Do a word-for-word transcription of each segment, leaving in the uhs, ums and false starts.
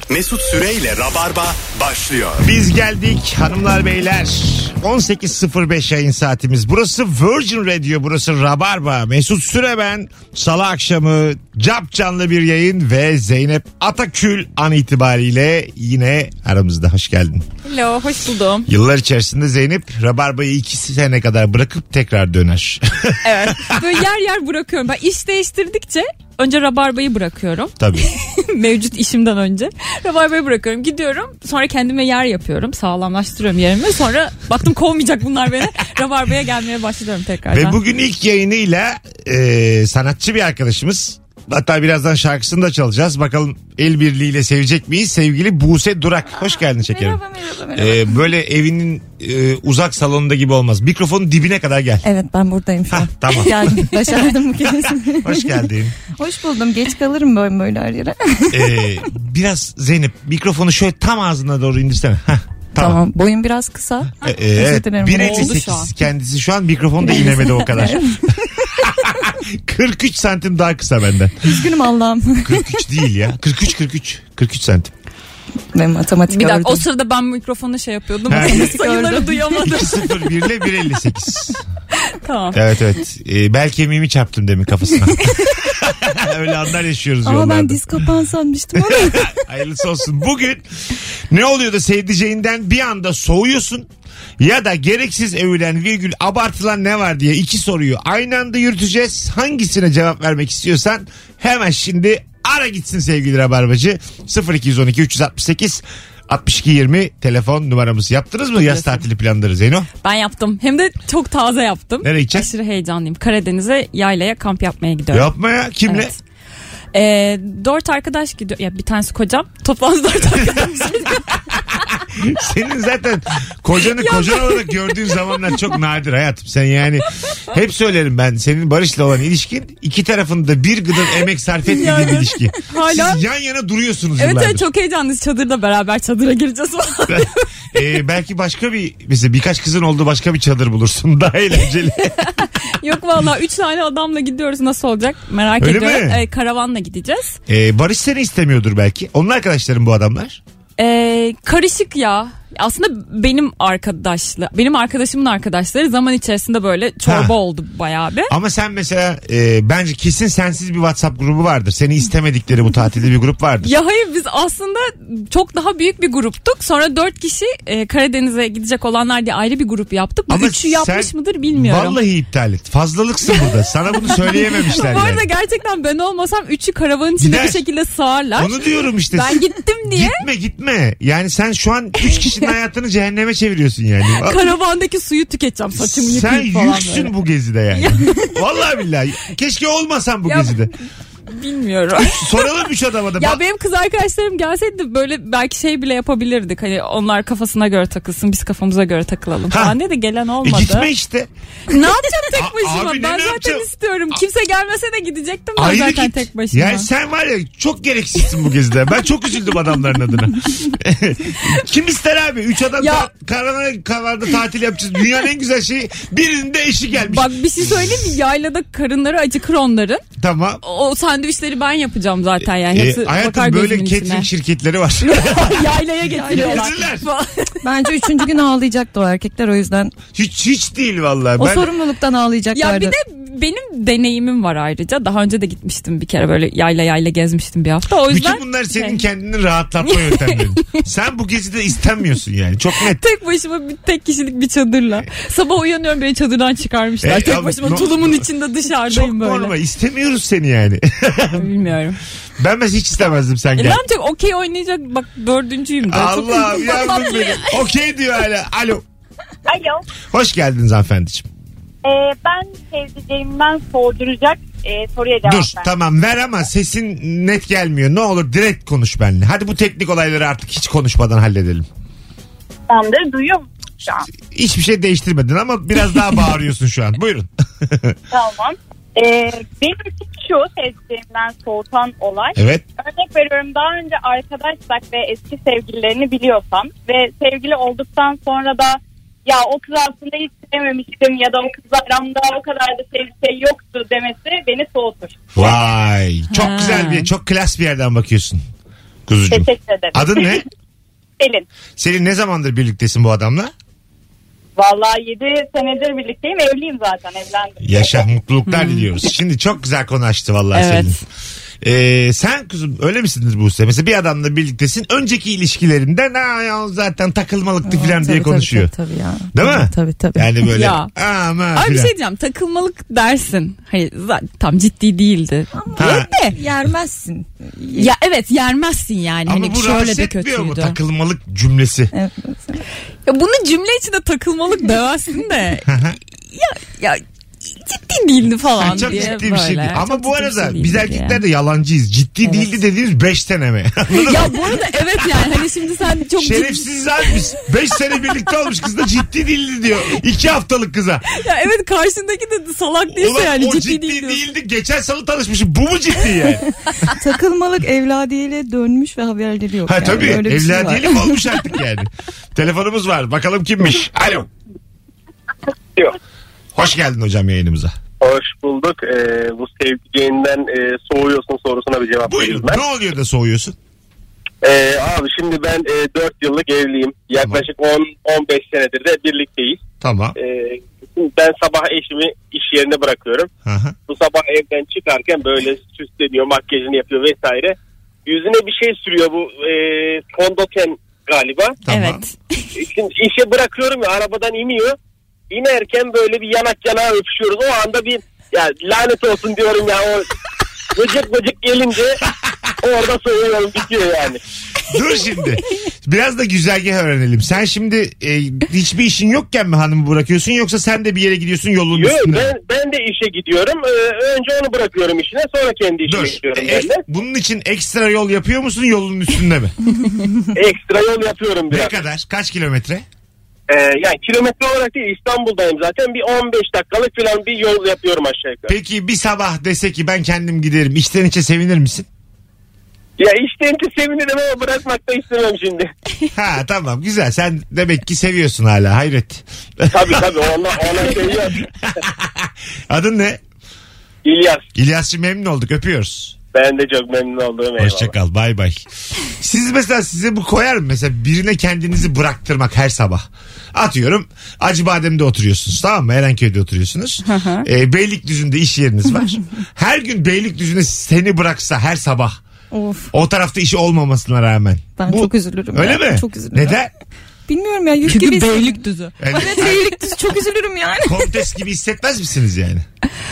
Mesut Süreyle Rabarba başlıyor. Biz geldik hanımlar beyler. on sekiz sıfır beş yayın saatimiz. Burası Virgin Radio, burası Rabarba. Mesut Süre ben. Salı akşamı cap canlı bir yayın ve Zeynep Atakül an itibariyle yine aramızda. Hoş geldin. Hello, hoş buldum. Yıllar içerisinde Zeynep Rabarba'yı iki sene kadar bırakıp tekrar döner. Evet. Böyle yer yer bırakıyorum. Ben iş değiştirdikçe önce Rabarba'yı bırakıyorum. Tabii. Mevcut işimden önce. Rabarba'yı bırakıyorum. Gidiyorum. Sonra kendime yer yapıyorum. Sağlamlaştırıyorum yerimi. Sonra baktım kovmayacak bunlar beni. Rabarba'ya gelmeye başlıyorum tekrardan. Ve bugün ilk yayınıyla e, sanatçı bir arkadaşımız. Hatta birazdan şarkısını da çalacağız. Bakalım el birliğiyle sevecek miyiz? Sevgili Buse Durak. Hoş geldin şekerim. Merhaba merhaba merhaba. Ee, böyle evinin e, uzak salonunda gibi olmaz. Mikrofonun dibine kadar gel. Evet, ben buradayım şu an. Hah, tamam. Geldim, başardım bu kez. Hoş geldin. Hoş buldum. Geç kalırım böyle böyle her yere. Ee, biraz Zeynep mikrofonu şöyle tam ağzına doğru indirsene. Heh, tamam. Tamam. Boyum biraz kısa. Ee, evet. bir elli Oldu şu sekiz an. kendisi şu an, mikrofon da inemedi o kadar. kırk üç santim daha kısa benden. Üzgünüm Allah'ım. kırk üç değil ya. kırk üç kırk üç kırk üç santim. Ben matematik Bir dakika, gördüm. o sırada ben mikrofonu şey yapıyordum. Ha, Sayıları gördüm. duyamadım. iki sıfır bir ile bir elli sekiz. Tamam. Evet evet. Ee, bel kemiğimi çarptım demin kafasına. Öyle anlar yaşıyoruz Ama yollarda. ben diz kapağını sanmıştım ama. Hayırlısı olsun. Bugün ne oluyor da sevdiceğinden bir anda soğuyorsun ya da gereksiz övülen virgül abartılan ne var diye iki soruyu aynı anda yürüteceğiz. Hangisine cevap vermek istiyorsan hemen şimdi ara gitsin sevgili Rabarbacı. sıfır iki on iki üç altı sekiz altmış iki yirmi telefon numaramız. Yaptınız mı yaz tatili planları Zeyno? Ben yaptım. Hem de çok taze yaptım. Nereye gideceksin? Aşırı heyecanlıyım. Karadeniz'e yaylaya kamp yapmaya gidiyorum. Yapma ya. Kimle? Evet. Ee, dört arkadaş gidiyor. Ya bir tanesi kocam. Toplam dört arkadaş gidiyor. Senin zaten kocanı kocan olarak gördüğün zamanlar çok nadir hayatım. Sen yani hep söylerim ben, senin Barış'la olan ilişkin iki tarafında bir gıdım emek sarf etmediği Yani, bir ilişki. hala- Siz yan yana duruyorsunuz Evet yıllardır. evet, çok heyecanlıyız. Çadırda beraber çadıra gireceğiz falan. ee, belki başka bir, mesela birkaç kızın olduğu başka bir çadır bulursun. Daha eğlenceli. Yok vallahi üç tane adamla gidiyoruz, nasıl olacak merak Öyle ediyorum. mi? Ee, karavanla gideceğiz. Ee, Barış seni istemiyordur belki. Onun arkadaşların bu adamlar. Ee, karışık ya. Aslında benim arkadaşlı, benim arkadaşımın arkadaşları zaman içerisinde böyle çorba Ha. oldu bayağı bir. Ama sen mesela e, bence kesin sensiz bir WhatsApp grubu vardır. Seni istemedikleri bu tatilde bir grup vardır. Ya hayır, biz aslında çok daha büyük bir gruptuk. Sonra dört kişi e, Karadeniz'e gidecek olanlar diye ayrı bir grup yaptık. Bu Ama üçü yapmış sen mıdır bilmiyorum. Vallahi iptal et. Fazlalıksın burada. Sana bunu söyleyememişler Bu arada yani. gerçekten ben olmasam üçü karavanın içinde Gider. bir şekilde sığarlar. Onu diyorum işte. Ben gittim diye Gitme gitme. Yani sen şu an üç kişinin hayatını cehenneme çeviriyorsun yani. karavandaki suyu tüketeceğim, saçımı Sen yıkayıp falan yüksün böyle. bu gezide yani. Vallahi billahi. Keşke olmasan bu Ya, gezide. Bilmiyorum. Soralım üç adama da. Ya Bak- benim kız arkadaşlarım gelseydi böyle belki şey bile yapabilirdik. Hani onlar kafasına göre takılsın, biz kafamıza göre takılalım Ha. falan diye de gelen E olmadı. gitme işte. Ne yapacağım tek A- başıma? abi ne Ben zaten yapacağım? istiyorum. Kimse gelmese de gidecektim ben Ayrı zaten git. tek başıma. Yani sen var ya çok gereksizsin bu gezide. Ben çok üzüldüm adamların adına. Kim ister abi? Üç adam Ya- ta- karavana kavarda tatil yapacağız. Dünyanın en güzel şeyi, birinin de eşi gelmiş. Bak bir şey söyleyeyim mi? Yaylada karınları acıkır onların. Tamam. O sandviçleri ben yapacağım zaten yani. E, Hepsi hayatım bakar böyle gözümün catering içine. şirketleri var. Yaylaya getiriyorlar. Getirirler. Bence üçüncü gün ağlayacaktı o erkekler, o yüzden. Hiç hiç değil vallahi. O Ben, sorumluluktan ağlayacaklardı. Ya bir de benim deneyimim var ayrıca. Daha önce de gitmiştim bir kere, böyle yayla yayla gezmiştim bir hafta. O yüzden bütün bunlar senin şey, kendini rahatlatma yöntemlerin. Sen bu gezide istenmiyorsun yani. Çok net. tek başıma bir tek kişilik bir çadırla. Sabah uyanıyorum, beni çadırdan çıkarmışlar. E, tek abi, başıma no- tulumun içinde Çok dışarıdayım böyle. normal. İstemiyoruz seni yani. Bilmiyorum. Ben mesela hiç istemezdim sen E ne gel. yapacak? Okey oynayacak. Bak dördüncüyüm de. Allah Çok yavrum benim. Okey diyor hala. Alo. Alo. Hoş geldiniz hanımefendiciğim. Ee, ben sevdiceğimden soğuduracak e, soruya cevap Dur ver. tamam ver ama sesin net gelmiyor. Ne olur direkt konuş benimle. Hadi bu teknik olayları artık hiç konuşmadan halledelim. Tamamdır, duyuyor musun şu an? Hiçbir şey değiştirmedin ama biraz daha bağırıyorsun şu an. Buyurun. Tamam. Ee, benim için şu sevdiceğimden soğutan olay. Evet. Örnek veriyorum, daha önce arkadaşsak ve eski sevgililerini biliyorsam ve sevgili olduktan sonra da ya o kızı aslında hiç sevmemiştim ya da o kızla aramda o kadar da sevgi şey yoktu demesi beni soğutur. Vay. Çok Ha. güzel bir, çok klas bir yerden bakıyorsun. Kuzucuğum. Teşekkür ederim. Adın ne? Selin. Selin, ne zamandır birliktesin bu adamla? Vallahi yedi senedir birlikteyim. Evliyim zaten. Evlendim. Yaşa, mutluluklar diliyoruz. Şimdi çok güzel konu açtı vallahi Evet. Selin. Ee, sen kuzum öyle misiniz Buse? Mesela bir adamla birliktesin. Önceki ilişkilerinden ha ya zaten takılmalıktı Aa, falan diye tabii, konuşuyor. Tabii tabii, ya. Değil mi? Tabii tabii. Yani böyle Ya. ama Abi bir filan. şey diyeceğim, takılmalık dersin. Hayır zaten tam ciddi değildi. Ha. De. Yermezsin. Ya evet, yermezsin yani. Ama Hani bu şöyle rahatsız de etmiyor mu kötüydü. takılmalık cümlesi? Evet. Ya bunu cümle içinde takılmalık demezsin de. ya ya ciddi değildi falan Çok diye ciddi bir böyle. şey değil. Ama Çok bu ciddi bir arada şey biz değildi erkekler diye. de yalancıyız. Ciddi değildi dediğimiz beş sene mi? Anladın mı? Ya bu arada evet yani hani şimdi sen çok ciddi... Şerefsiz abi biz. beş sene birlikte olmuş, kız da ciddi değildi diyor. iki haftalık kıza. Ya evet, karşındaki de salak değilse Ulan yani o ciddi, ciddi, değil diyorsun. değildi. Geçen salı tanışmışım. Bu mu ciddi yani? Takılmalık evladiyeyle dönmüş ve haberleri yok. Ha yani. tabii. Öyle bir şey var. Evladiyelim olmuş artık yani. Telefonumuz var. Bakalım kimmiş? Alo. Yok. Hoş geldin hocam yayınımıza. Hoş bulduk. Ee, bu sevdiceğinden e, soğuyorsun sorusuna bir cevap Buyurun. vereyim ben. Ne oluyor da soğuyorsun? Ee, abi şimdi ben e, dört yıllık evliyim. Yaklaşık on on beş senedir de birlikteyiz. Tamam. Ee, ben sabah eşimi iş yerine bırakıyorum. Aha. Bu sabah evden çıkarken böyle süsleniyor, makyajını yapıyor vesaire. Yüzüne bir şey sürüyor, bu e, fondöten galiba. Tamam. Evet. Şimdi işe bırakıyorum ya, arabadan iniyor. İnerken böyle bir yanak yanağa öpüşüyoruz. O anda bir ya lanet olsun diyorum ya, o bıcık bıcık gelince orada soğuyorum, bitiyor yani. Dur şimdi. Biraz da güzergah öğrenelim. Sen şimdi e, hiçbir işin yokken mi hanımı bırakıyorsun, yoksa sen de bir yere gidiyorsun yolun Yok, üstünde? ben, ben de işe gidiyorum. Ee, önce onu bırakıyorum işine, sonra kendi işime Dur. gidiyorum E, ben de. bunun için ekstra yol yapıyor musun yolun üstünde mi? Ekstra yol yapıyorum Ne biraz. kadar? Kaç kilometre? Ee, yani kilometre olarak değil, İstanbul'dayım zaten. Bir on beş dakikalık falan bir yol yapıyorum aşağı yukarı. Peki bir sabah dese ki ben kendim giderim, içten içe sevinir misin? Ya işten de sevinirim ama bırakmak da istemem şimdi. Ha tamam, güzel. Sen demek ki seviyorsun hala, hayret. Tabii tabii, ona, ona şey yok. Adın ne? İlyas. İlyas'cığım, memnun olduk, öpüyoruz. Ben de çok memnun oldum. Eyvallah. Hoşçakal, bay bay. Siz mesela, size bu koyar mı? Mesela birine kendinizi bıraktırmak her sabah. Atıyorum Acıbadem'de oturuyorsunuz, tamam mı? Erenköy'de oturuyorsunuz. e, Beylikdüzü'nde iş yeriniz var. Her gün Beylikdüzü'ne seni bıraksa her sabah. Of, O tarafta işi olmamasına rağmen. ben Bu- çok üzülürüm. Öyle ya. mi? Çok üzülürüm. Neden? Bilmiyorum ya, yük Çünkü gibi hissediyorum. Beylikdüzü. Yani, Evet, Beylikdüzü, çok üzülürüm yani. kontes gibi hissetmez misiniz yani?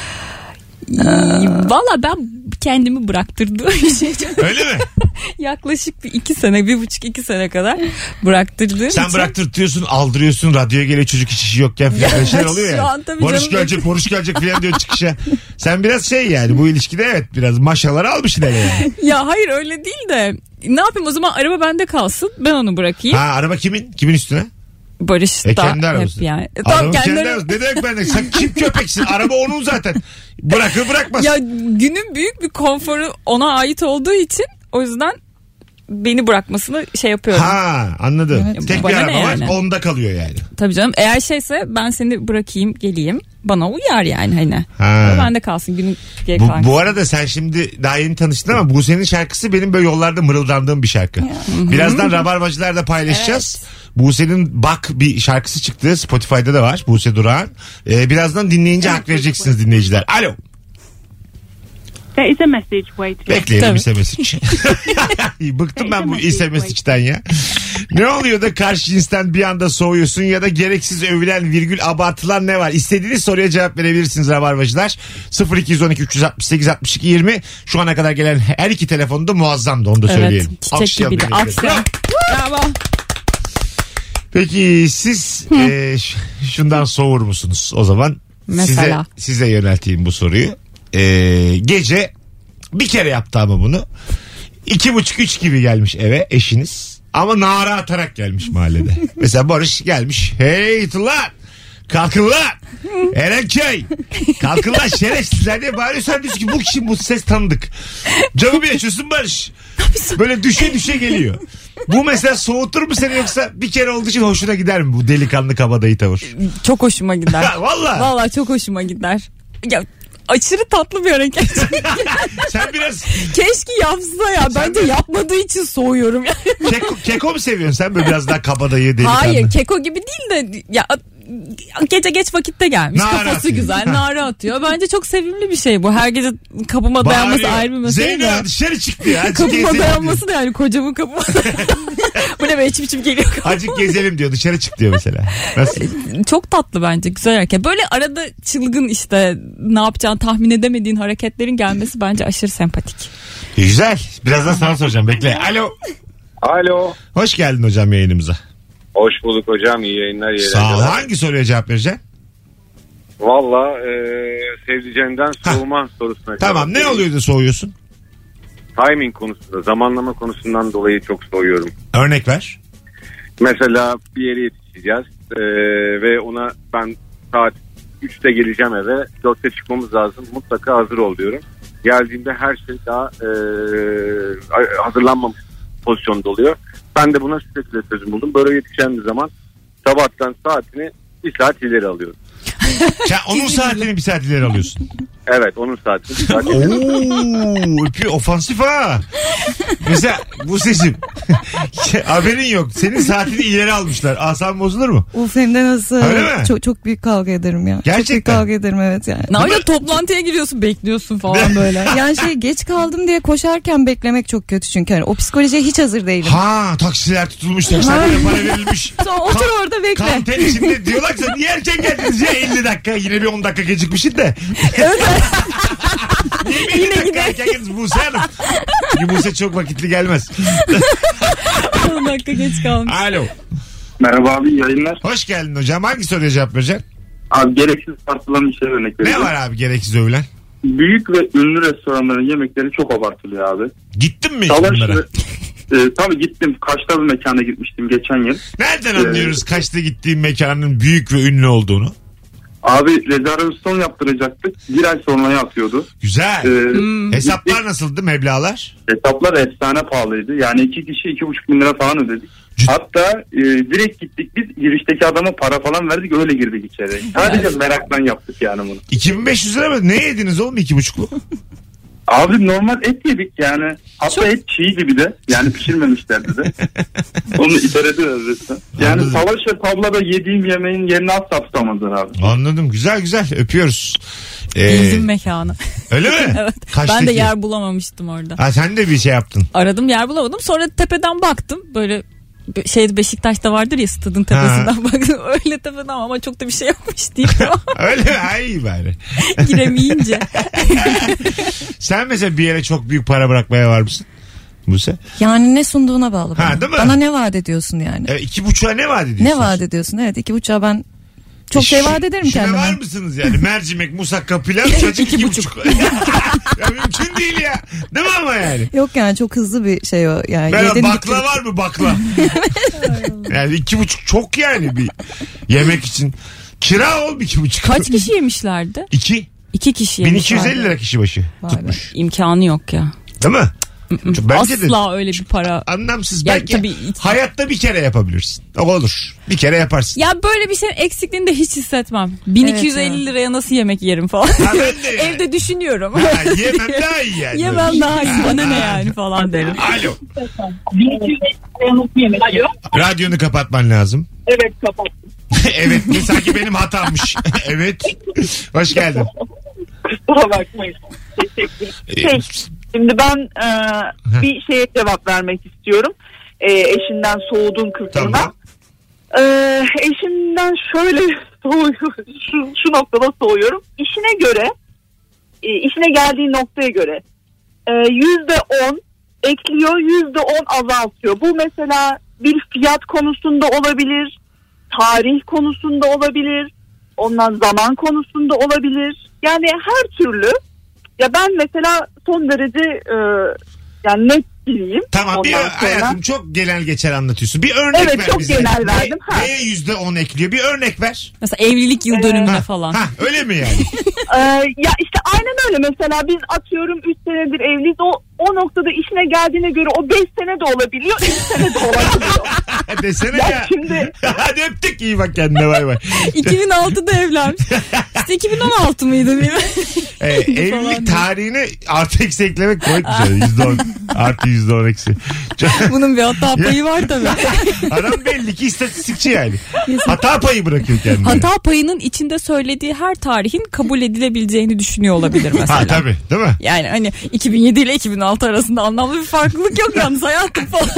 Valla ben kendimi bıraktırdığım şey Öyle mi? yaklaşık bir iki sene, bir buçuk iki sene kadar bıraktırdığım Sen için. bıraktırtıyorsun, aldırıyorsun, radyoya geliyor çocuk, hiç işi yokken filan, böyle şeyler oluyor şu ya. an tabii Barış canım. gelecek, Barış gelecek filan diyor çıkışa. Sen biraz şey yani, bu ilişkide evet biraz maşaları almışsın hele yani. Ya hayır öyle değil de ne yapayım, o zaman araba bende kalsın, ben onu bırakayım. Ha, araba kimin? Kimin üstüne? Barış E da kendi hep arabası. yani. E, Adamın tamam, kendi, kendi arabası. Ne demek bende? Sen kim köpeksin? Araba onun zaten. Bırakır bırakmaz. Ya günün büyük bir konforu ona ait olduğu için, o yüzden beni bırakmasını şey yapıyorum. Ha, anladım. Evet. Tek bir Bana ne araba var, yani? onda kalıyor yani. Tabii canım, eğer şeyse ben seni bırakayım geleyim, bana uyar yani hani. Ha. Ama bende kalsın günün geri Bu, kalan. bu arada sen şimdi daha yeni tanıştın ama bu senin şarkısı benim böyle yollarda mırıldandığım bir şarkı. Birazdan Rabarbacılar'da paylaşacağız. Buse'nin Bak bir şarkısı çıktı. Spotify'da da var. Buse Durağan. Ee, birazdan dinleyince hak vereceksiniz dinleyiciler. Alo. There is a message waiting. Bekleyelim Tabii. ise mesaj. Bıktım ben bu ise mesajden ya. Ne oluyor da karşı cinsten bir anda soğuyorsun ya da gereksiz övülen virgül abartılan ne var? İstediğiniz soruya cevap verebilirsiniz Rabarbacılar. sıfır iki on iki üç altı sekiz altmış iki yirmi. Şu ana kadar gelen her iki telefonda muazzamdı, onu da söyleyelim. Evet, çiçek Alkışlayalım gibiydi. dinleyicileri. Aksiyon. Bravo. Peki siz e, ş- şundan soğur musunuz o zaman? Mesela? Size, size yönelteyim bu soruyu. E, gece bir kere yaptı ama bunu. İki buçuk üç gibi gelmiş eve eşiniz. Ama nara atarak gelmiş mahallede. Mesela Barış gelmiş. Hey lan! Kalkın lan! Erenköy! Kalkın lan şerefsizler diye bağırıyorsan diyorsun ki bu kişi, bu ses tanıdık. Camı bir açıyorsun Barış. Böyle düşe düşe geliyor. Bu mesela soğutur mu seni, yoksa bir kere olduğu için hoşuna gider mi bu delikanlı kabadayı tavır? Çok hoşuma gider. Ha, valla. Valla çok hoşuma gider. Ya aşırı tatlı bir hareket. Sen biraz Keşke yapsa ya. Bence yapmadığı için soğuyorum. keko, keko mu seviyorsun sen böyle biraz daha kabadayı delikanlı? Hayır keko gibi değil de ya gece geç vakitte gelmiş. Nara Kafası atıyor. güzel. Nara atıyor. Bence çok sevimli bir şey bu. Her gece kapıma dayanması Bağırıyor. ayrı bir mesele Zeyno de. dışarı çıktı ya. Azıcık Kapıma gezelim dayanması da yani kocamın kapıma. Bu ne be içim içim geliyor. diyor. Azıcık gezelim diyor. Dışarı çık diyor mesela. Nasıl? Çok tatlı bence, güzel hareket. Böyle arada çılgın işte ne yapacağını tahmin edemediğin hareketlerin gelmesi bence aşırı sempatik. E, güzel. Birazdan sana soracağım. Bekle. Alo. Alo. Hoş geldin hocam yayınımıza. Hoş bulduk hocam. İyi yayınlar. iyi Sağ ol. eğlenceler. Hangi soruya cevap vereceksin? Valla e, sevdiceğinden soğuma sorusuna. Tamam. cevap Ne oluyor da soğuyorsun? Timing konusunda, zamanlama konusundan dolayı çok soğuyorum. Örnek ver. Mesela bir yere yetişeceğiz e, ve ona ben saat üçte geleceğim eve, dörtte çıkmamız lazım, mutlaka hazır ol diyorum. Geldiğimde her şey daha e, hazırlanmamış pozisyonda oluyor. Ben de buna sürekli çözüm buldum. Böyle yetişeceğim zaman sabahtan saatini bir saat ileri alıyorum. Sen onun saatini bir saat ileri alıyorsun. Evet, onun saatini bir saat ileri alıyorum. Oo, öpüyor. Ofansif ha. Mesela bu sesim. Haberin yok. Senin saatini ileri almışlar. Asan bozulur mu? Uf hem de nasıl? Öyle mi? Çok çok büyük kavga ederim ya. Çok büyük Gerçekten. kavga ederim evet yani. Ne yapıyorsun, toplantıya giriyorsun bekliyorsun falan böyle. Yani şey geç kaldım diye koşarken beklemek çok kötü çünkü hani o psikolojiye hiç hazır değilim. Ha taksiler tutulmuş. Taksiler para verilmiş. Sonra otur Kan- orada bekle. Kanter içinde diyorlar ki sen niye erken geldiniz ya elli dakika yine bir on dakika gecikmişsin de. Niye bir elli dakika erken geldiniz Buse Hanım? Çünkü Buse çok vakitli gelmez. on dakika geç kalmış. Alo. Merhaba abi, iyi yayınlar. Hoş geldin hocam. Hangi soruya cevap vereceksin? Abi gereksiz tartılan bir şey örnek Ne veriyorum. var abi gereksiz övülen? Büyük ve ünlü restoranların yemekleri çok abartılıyor abi. Gittin mi hiç Salaş bunlara? ve, e, tabii gittim. Kaş'ta bir mekana gitmiştim geçen yıl. Nereden anlıyoruz kaçta gittiğin mekanın büyük ve ünlü olduğunu? Abi rezervasyon yaptıracaktık. Bir ay sonraya atıyordu. Güzel. Ee, Hesaplar gittik. nasıldı meblalar? Hesaplar efsane pahalıydı. Yani iki kişi iki buçuk bin lira falan ödedik. Cid- Hatta e, direkt gittik biz girişteki adama para falan verdik öyle girdik içeri. Sadece meraktan yaptık yani bunu. iki bin beş yüz lira mı? Ne yediniz oğlum iki buçuklu? Abi normal et yedik yani. Hatta Çok- et çiğ gibi de. Yani pişirmemişlerdi de. Onu iterediler resmen. Yani Anladım. salaş ve tablada yediğim yemeğin yerini asla tutamazlar abi. Anladım. Güzel güzel. Öpüyoruz. Ee, Bildim mekanı. öyle mi? Evet. Kaçtaki? Ben de yer bulamamıştım orada. Ha, sen de bir şey yaptın. Aradım, yer bulamadım. Sonra tepeden baktım. Böyle şey Beşiktaş'ta vardır ya, stadın tepesinden baktım. Öyle tepeden ama çok da bir şey yapmış değil. Öyle mi? Ay bari. Giremeyince. Sen mesela bir yere çok büyük para bırakmaya var mısın? Buse? Yani ne sunduğuna bağlı. Ha, bana. değil mi? Bana ne vaat ediyorsun yani? Evet, iki buçuğa ne vaat ediyorsun? Ne vaat ediyorsun? Evet iki buçuğa ben çok şey vaat ederim Şuna kendime. var mısınız yani? Mercimek, musakka, pilav, çocuk iki buçuk. Ya mümkün değil ya. Değil mi ama yani? Yok yani çok hızlı bir şey o. Yani Merhaba, yedin bakla bitti. var mı bakla? Yani iki buçuk çok yani bir yemek için. Kira ol iki buçuk. Kaç kişi yemişlerdi? İki. İki kişi bin iki yüz elli yemişlerdi. lira kişi başı Vay be, tutmuş. İmkanı yok ya. Değil mi? Çok- Bence de Asla öyle bir para. anlamsız. Ya Belki tabii- hayatta bir kere yapabilirsin. O olur. Bir kere yaparsın. Ya böyle bir şey eksikliğini de hiç hissetmem. bin iki yüz elli Evet liraya nasıl yemek yerim falan. Ha, ben de yani. Evde düşünüyorum. Ha, yemem daha iyi yani. Yemem daha iyi, bana ne yani falan derim. Alo. Alo. Radyonu kapatman lazım. Evet kapattım. Evet. Ne sanki benim hatammış. Evet. Hoş geldin. Kusura bakmayın. Teşekkür ederim. Şey, şimdi ben e, bir şeye cevap vermek istiyorum. E, eşinden soğuduğum kısmına. Tamam. E, eşimden şöyle soğuyorum. Şu, şu noktada soğuyorum. İşine göre, e, işine geldiği noktaya göre yüzde on ekliyor, yüzde on azaltıyor. Bu mesela bir fiyat konusunda olabilir, tarih konusunda olabilir, ondan zaman konusunda olabilir. Yani her türlü. Ya ben mesela son derece e, yani net biriyim. Tamam bir Ondan sonra- hayatım çok genel geçer anlatıyorsun. Bir örnek Evet, ver çok bize. genel Ne- verdim, ha. Neye yüzde on ekliyor? Bir örnek ver. Mesela evlilik yıl dönümüne Ha, falan. ha, öyle mi yani? Ee, ya işte aynen öyle. Mesela biz atıyorum üç senedir evliyiz. O o noktada işine geldiğine göre o beş sene de olabiliyor, üç sene de olabiliyor. Desene Ya ya. şimdi- Hadi öptük, iyi bak kendine, bay bay. iki bin altıda evlenmiş. İşte iki bin on altı mıydı bilmiyorum. Ee, evlilik tarihine artı eksi eklemek koymuş yani. yüzde on artı yüzde on eksi. Bunun bir hata payı var tabii. Adam belli ki istatistikçi yani. Hata payı bırakıyor kendine. Hata payının içinde söylediği her tarihin kabul edilebileceğini düşünüyor olabilir mesela. Ha tabii, değil mi? Yani hani iki bin yedi ile iki bin altı arasında anlamlı bir farklılık yok yalnız hayatım falan.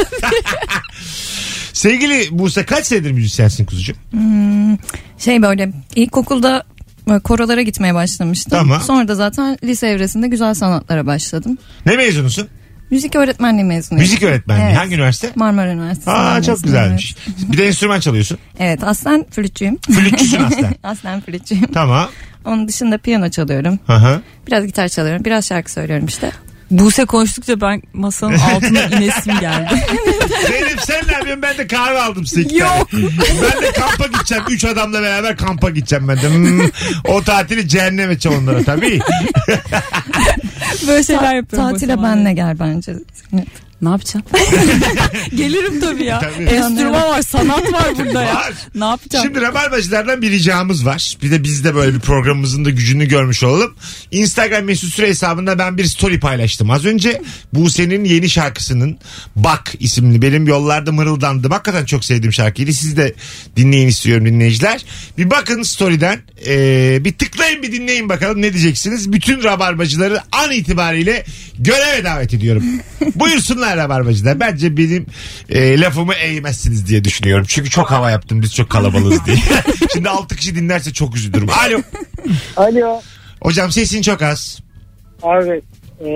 Sevgili Buse, kaç senedir müzisyensin kuzucuğum? Hmm, şey böyle ilkokulda böyle korolara gitmeye başlamıştım. Tamam. Sonra da zaten lise evresinde güzel sanatlara başladım. Ne mezunusun? Müzik öğretmenliği mezunuyum. Müzik öğretmenliği. Evet. Hangi üniversite? Marmara Üniversitesi. Aa, çok güzelmiş. Bir de enstrüman çalıyorsun. Evet, aslen flütçüyüm. Flütçüsün aslen. Aslen flütçüyüm. Tamam. Onun dışında piyano çalıyorum. Hı hı. Biraz gitar çalıyorum. Biraz şarkı söylüyorum işte. Buse konuştukça ben masanın altına inesim geldi. Zeynep sen ne yapıyorsun? Ben de kahve aldım size iki Yok. tane. Ben de kampa gideceğim. Üç adamla beraber kampa gideceğim ben de. Hmm, o tatili cehennem edeceğim onlara tabii. Böyle şeyler yapıyorum. Tatile benle gel bence. Ne yapacağım? Gelirim tabii ya. Tabii. Enstrüman var, sanat var burada ya. Var. Ne yapacağım? Şimdi Rabarbacılardan bir ricamız var. Bir de biz de böyle bir programımızın da gücünü görmüş olalım. Instagram mesut süre hesabında ben bir story paylaştım az önce. Buse'nin yeni şarkısının Bak isimli, benim yollarda mırıldandım. Hakikaten çok sevdiğim şarkıydı. Siz de dinleyin istiyorum dinleyiciler. Bir bakın story'den, ee, bir tıklayın, bir dinleyin bakalım ne diyeceksiniz. Bütün Rabarbacıları an itibariyle göreve davet ediyorum. Buyursunlar Rabarbacılar. Bence benim e, lafımı eğmezsiniz diye düşünüyorum. Çünkü çok hava yaptım, biz çok kalabalığız diye. Şimdi altı kişi dinlerse çok üzülürüm. Alo. Alo. Hocam sesin çok az. Abi e,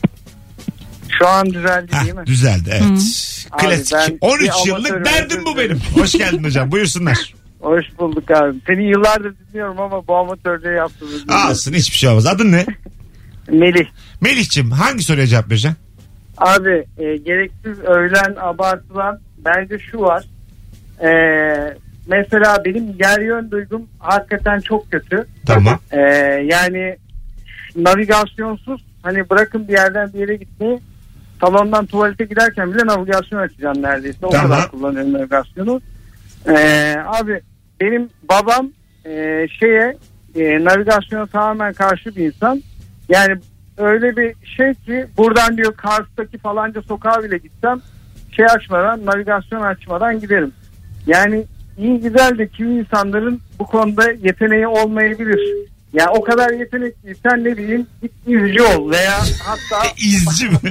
şu an düzeldi değil mi? Heh, düzeldi evet. Abi Klasik. ben on üç bir yıllık amatörüm, derdim bu özür benim. dilerim. Hoş geldin hocam. Buyursunlar. Hoş bulduk abi. Seni yıllardır dinliyorum ama bu amatörlüğü yaptınız. Alsın, hiçbir şey olmaz. Adın ne? Melih. Melih'ciğim, hangi soruya cevap vereceksin? Abi e, gereksiz övülen, abartılan bence şu var. E, mesela benim yer yön duygum hakikaten çok kötü. Tamam. E, yani navigasyonsuz, hani bırakın bir yerden bir yere gitmeyi, salondan tuvalete giderken bile navigasyon açacağım neredeyse. O Tamam. kadar kullanıyorum navigasyonu. E, abi benim babam e, şeye e, navigasyona tamamen karşı bir insan. Yani öyle bir şey ki buradan diyor Kars'taki falanca sokağa bile gitsem şey açmadan, navigasyon açmadan giderim. Yani iyi güzel de kimi insanların bu konuda yeteneği olmayabilir. Yani o kadar yetenekliysen ne diyeyim, git izci ol veya hatta İzci mi?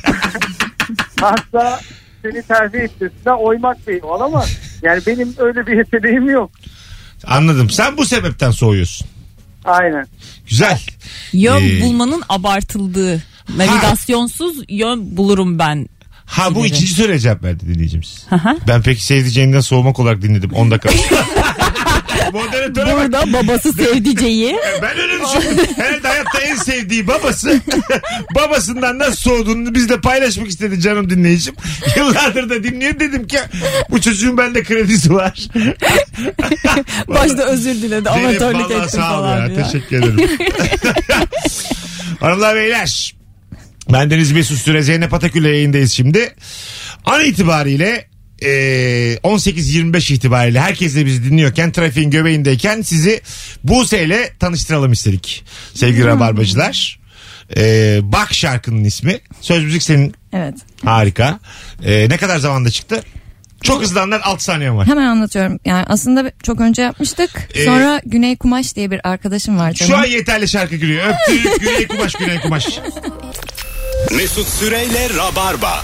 hatta seni tercih etmesine oymak bir yol ama yani benim öyle bir yeteneğim yok. Anladım. Sen bu sebepten soğuyorsun. Aynen. Güzel. Yön Ee, bulmanın abartıldığı. Navigasyonsuz yön bulurum ben. Ha, bu gibi. ikinci soruya cevap verdi dinleyicimiz. Hı. Ben peki sevdiceğinden soğumak olarak dinledim. on dakika. Moderatöre bak. Burada babası sevdiceği. Ben öyle düşündüm. Herhalde hayatta en sevdiği babası. Babasından nasıl soğuduğunu bizle paylaşmak istedi canım dinleyicim. Yıllardır da dinliyor, dedim ki bu çocuğun bende kredisi var. Başta özür diledi. Zeynep, Amatörlük vallahi ettim sağ ol falan ya. diye. Teşekkür ederim. Hanımlar beyler, bendeniz Mesut Süre, Zeynep Atakül'le yayındayız şimdi. An itibariyle e, on sekiz yirmi beş itibariyle herkes de bizi dinliyorken, trafiğin göbeğindeyken sizi Buse ile tanıştıralım istedik. Sevgili Hmm. Rabarbacılar. E, Bak şarkının ismi. Söz müzik senin. Evet. Harika. E, ne kadar zamanda çıktı? Çok hızlı anlat, altı saniyen var. Hemen anlatıyorum. Yani aslında çok önce yapmıştık. Ee, Sonra Güney Kumaş diye bir arkadaşım var canım. Şu an yeterli şarkı giriyor. Öptük. Güney Kumaş, Güney Kumaş. Mesut Süreyle Rabarba.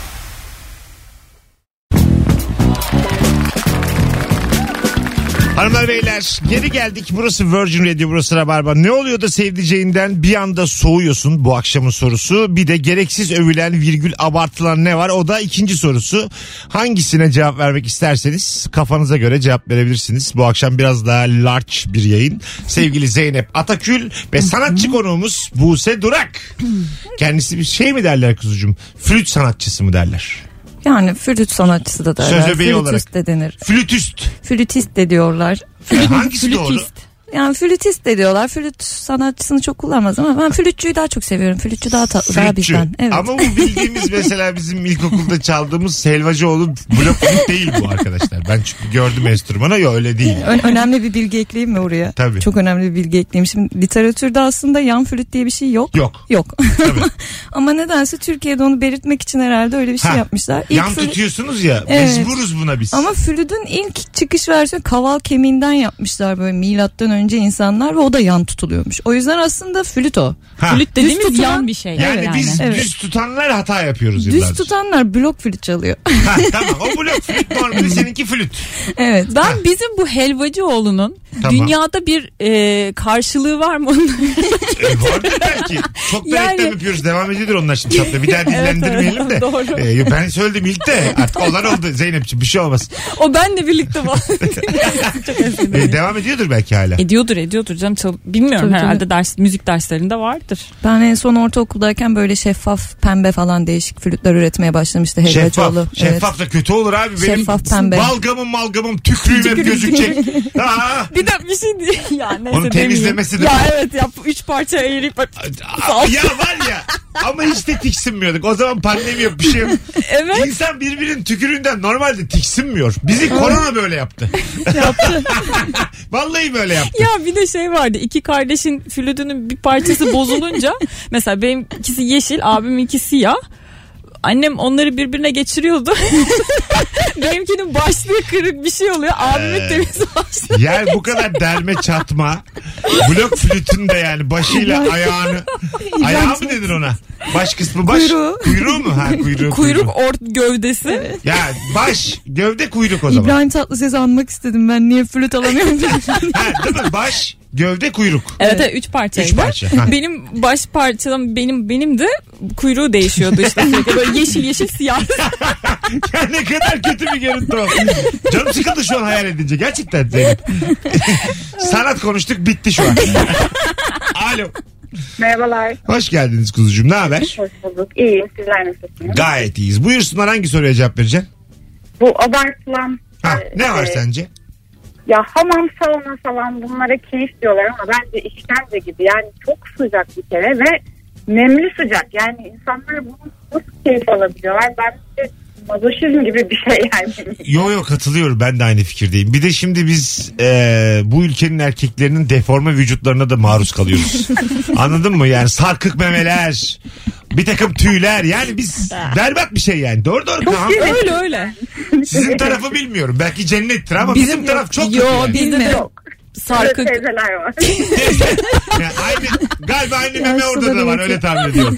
Hanımlar beyler, geri geldik. Burası Virgin Radio, burası Rabarba. Ne oluyor da sevdiceğinden bir anda soğuyorsun, bu akşamın sorusu. Bir de gereksiz övülen virgül abartılan ne var, o da ikinci sorusu. Hangisine cevap vermek isterseniz kafanıza göre cevap verebilirsiniz. Bu akşam biraz daha large bir yayın. Sevgili Zeynep Atakül ve sanatçı konuğumuz Buse Durak. Kendisi bir şey mi derler kuzucuğum? Flüt sanatçısı mı derler? Yani flüt sanatçısı da derler. Söz öbeği olarak. Flütist de denir. Flütüst. Flütist de diyorlar. Hangisi doğru? Flütist. Yani flütist de diyorlar. Flüt sanatçısını çok kullanmaz ama ben flütçüyü daha çok seviyorum. Flütçü daha tatlı, daha Flütçü. bizden. Evet. Ama bu bildiğimiz mesela bizim ilkokulda çaldığımız Helvacıoğlu blok flüt değil bu arkadaşlar. Ben çünkü gördüm enstrümanı, ya öyle değil. Ö- önemli bir bilgi ekleyeyim mi oraya? Tabii. Çok önemli bir bilgi ekleyeyim. Şimdi literatürde aslında yan flüt diye bir şey yok. Yok. Yok. Ama nedense Türkiye'de onu belirtmek için herhalde öyle bir şey Ha, yapmışlar. İlk yan flüt- tutuyorsunuz ya, Evet. mecburuz buna biz. Ama flütün ilk çıkış versiyonu kaval kemiğinden yapmışlar böyle milattan önce insanlar ve o da yan tutuluyormuş. O yüzden aslında flüt o. Ha. Flüt dediğimiz tutulan- yan bir şey. Yani Evet, biz Evet. düz tutanlar hata yapıyoruz Düz yıllardır. tutanlar blok flüt çalıyor. Ha, tamam, o blok flüt normalde, seninki flüt. Evet. Ben Ha. bizim bu Helvacıoğlu'nun Tamam. dünyada bir e, karşılığı var mı onun? E, vardır belki. Çok da Yani- reklam yapıyoruz. Devam ediyordur onlar şimdi çapta. Bir daha dillendirmeyelim Evet, de. evet, doğru. E, ben söyledim ilk de. Artık olan oldu Zeynep'ciğim, bir şey olmaz. O benle birlikte var. Çok eskiden. E, devam ediyordur belki hala. Ediyordur ediyordur canım. Çal- Bilmiyorum, Tabii, herhalde tabii. ders müzik derslerinde vardır. Ben en son ortaokuldayken böyle şeffaf pembe falan değişik flütler üretmeye başlamıştı Helvacıoğlu. Şeffaf. Şeffaf da kötü olur abi. Benim Şeffaf pembe. balgamım malgamım tükrüğüm hep gözükecek. Aa, Bir de bir şey değil. Ya neyse Onun demeyeyim. temizlemesi de- Ya evet ya üç parça eğirip Aa, ya var ya, ama hiç de tiksinmiyorduk. O zaman pandemi yok, bir şey yok. evet. İnsan birbirinin tükürüğünden normalde tiksinmiyor. Bizi korona böyle yaptı. Vallahi böyle yaptı. Ya bir de şey vardı, iki kardeşin flütünün bir parçası bozulunca mesela benimkisi yeşil, abiminki siyah. Annem onları birbirine geçiriyordu. Benimkinin başlığı kırık bir şey oluyor. Abimin Ee, temiz başlığı. Yani bu kadar derme çatma. Blok flütün de yani başıyla ayağını. Ayağı mı dedin ona? Baş kısmı baş. Kuyruğu. Kuyruğu mu? Ha, kuyruğu. Kuyruk ort gövdesi. Ya baş, gövde, kuyruk o zaman. İbrahim Tatlıses'i anmak istedim ben niye flüt alamıyorum diye. Ha, değil mi? Baş, gövde, kuyruk. Evet, evet üç parçaydı. Üç parça, ha. Benim baş parçam benim benim de kuyruğu değişiyordu işte. Sürekli böyle yeşil yeşil siyah. Ya ne kadar kötü bir görüntü o. Canım sıkıldı şu an hayal edince. Gerçekten Zeynep. Sanat konuştuk, bitti şu an. Alo. Merhabalar. Hoş geldiniz kuzucuğum. Ne haber? Hoş bulduk. İyiyim. Sizler nasılsınız? Gayet iyiyiz. Buyursunlar, hangi soruya cevap vereceksin? Bu abartılan... Ha, e, ne var e, sence? Ya hamam, sauna falan bunlara keyif diyorlar ama bence işkence gibi. Yani çok sıcak bir kere ve nemli sıcak. Yani insanlar bunu nasıl keyif alabiliyorlar? Bence mazoşizm gibi bir şey yani. Yo yo, katılıyorum, ben de aynı fikirdeyim. Bir de şimdi biz e, bu ülkenin erkeklerinin deforme vücutlarına da maruz kalıyoruz. Anladın mı? Yani sarkık memeler, bir takım tüyler, yani biz berbat bir şey yani. Doğru doğru. Tamam. Öyle öyle. Sizin tarafı bilmiyorum. Belki cennettir ama bizim, Bizim taraf çok Yo, kötü yani. bizde de Yok. sarkık. Böyle teyzeler var. Yani aynı, galiba aynı meme orada da var, öyle tahmin ediyorum.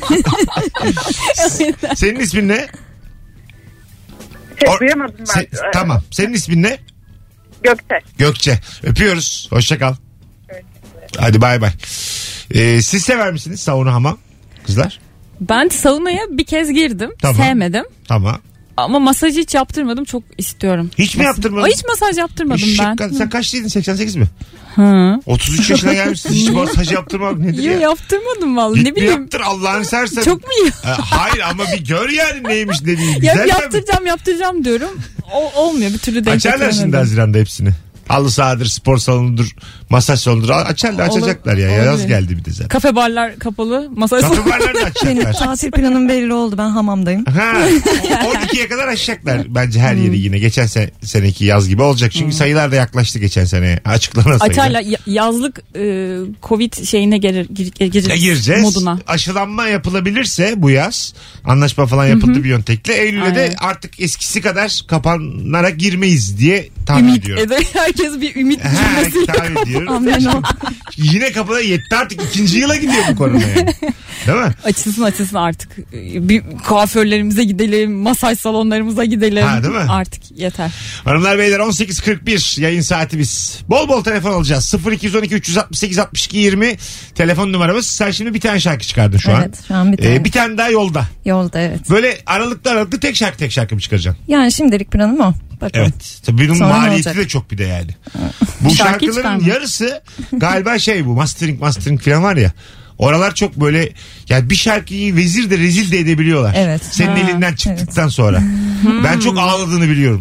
Senin ismin ne? Şey, Or- duyamadım ben. Se- tamam. Senin ismin ne? Gökte. Gökçe. Öpüyoruz. Hoşça kal. Hadi bay bay. Ee, siz sever misiniz sauna, hamam? Kızlar? Ben saunaya bir kez girdim. Tamam. Sevmedim. Tamam. Ama masaj hiç yaptırmadım. Çok istiyorum. Hiç mi Masaj- yaptırmadın? Ay, hiç masaj yaptırmadım Şık- ben. Sen kaçlıydın? seksen sekiz mi? Hı. otuz üç yaşına gelmişsin. Hiç masaj yaptırmak nedir Yo, ya? yaptırmadım vallahi. Git Ne bir bileyim. yaptır Allah'ını sersen. Çok mu iyi? Ha, hayır ama bir gör yani neymiş ne değil. Ya Güzel tabii. yaptıracağım yaptıracağım diyorum. O, olmuyor bir türlü denk Açarlar şimdi getiremedim. Haziran'da hepsini. Halı sahadır, spor salonudur, masaj salonudur. Açarlar, Olur, açacaklar ya. Yaz olabilir. geldi bir de zaten. Kafe barlar kapalı. Masaj Kafe barlar da Benim açacaklar. tatil planım belli oldu ben hamamdayım. Ha, on ikiye kadar açacaklar bence her yeri yine. Geçen se- seneki yaz gibi olacak. Çünkü sayılar da yaklaştı geçen seneye. Açıklanan sayılar. Açarlar ya- yazlık e, Covid şeyine gelir, gir, gireceğiz, Ya gireceğiz. moduna. Aşılanma yapılabilirse bu yaz, anlaşma falan yapıldı Biontech'le. Eylül'e de Aynen. artık eskisi kadar kapanarak girmeyiz diye tahmin Ümit ediyorum. eder, herkes bir ümit Ha, cümlesiyle. tahmin ediyorum. Amen o. Yine kapıda yetti artık, ikinci yıla gidiyor bu korona yani. Değil mi? Açılsın açılsın artık. Bir kuaförlerimize gidelim, masaj salonlarımıza gidelim. Ha, değil mi? Artık yeter. Hanımlar beyler, on sekiz kırk bir yayın saati biz. Bol bol telefon alacağız. sıfır iki on iki üç altı sekiz altmış iki yirmi telefon numaramız. Sen şimdi bir tane şarkı çıkardın şu an. Evet şu an bir tane. Ee, bir tane daha yolda. Yolda evet. Böyle aralıklı aralıklı tek şarkı tek şarkı mı çıkaracaksın? Yani şimdilik planım o. Bakalım. Evet. Tabii bunun Sonra ne maliyeti olacak? de çok bir de yani. Bu Şarkı şarkıların çıkarma. yarısı galiba şey, bu mastering mastering falan var ya. Oralar çok böyle yani bir şarkıyı vezir de rezil de edebiliyorlar. Evet. Senin Ha, elinden çıktıktan evet. sonra. Ben çok ağladığını biliyorum.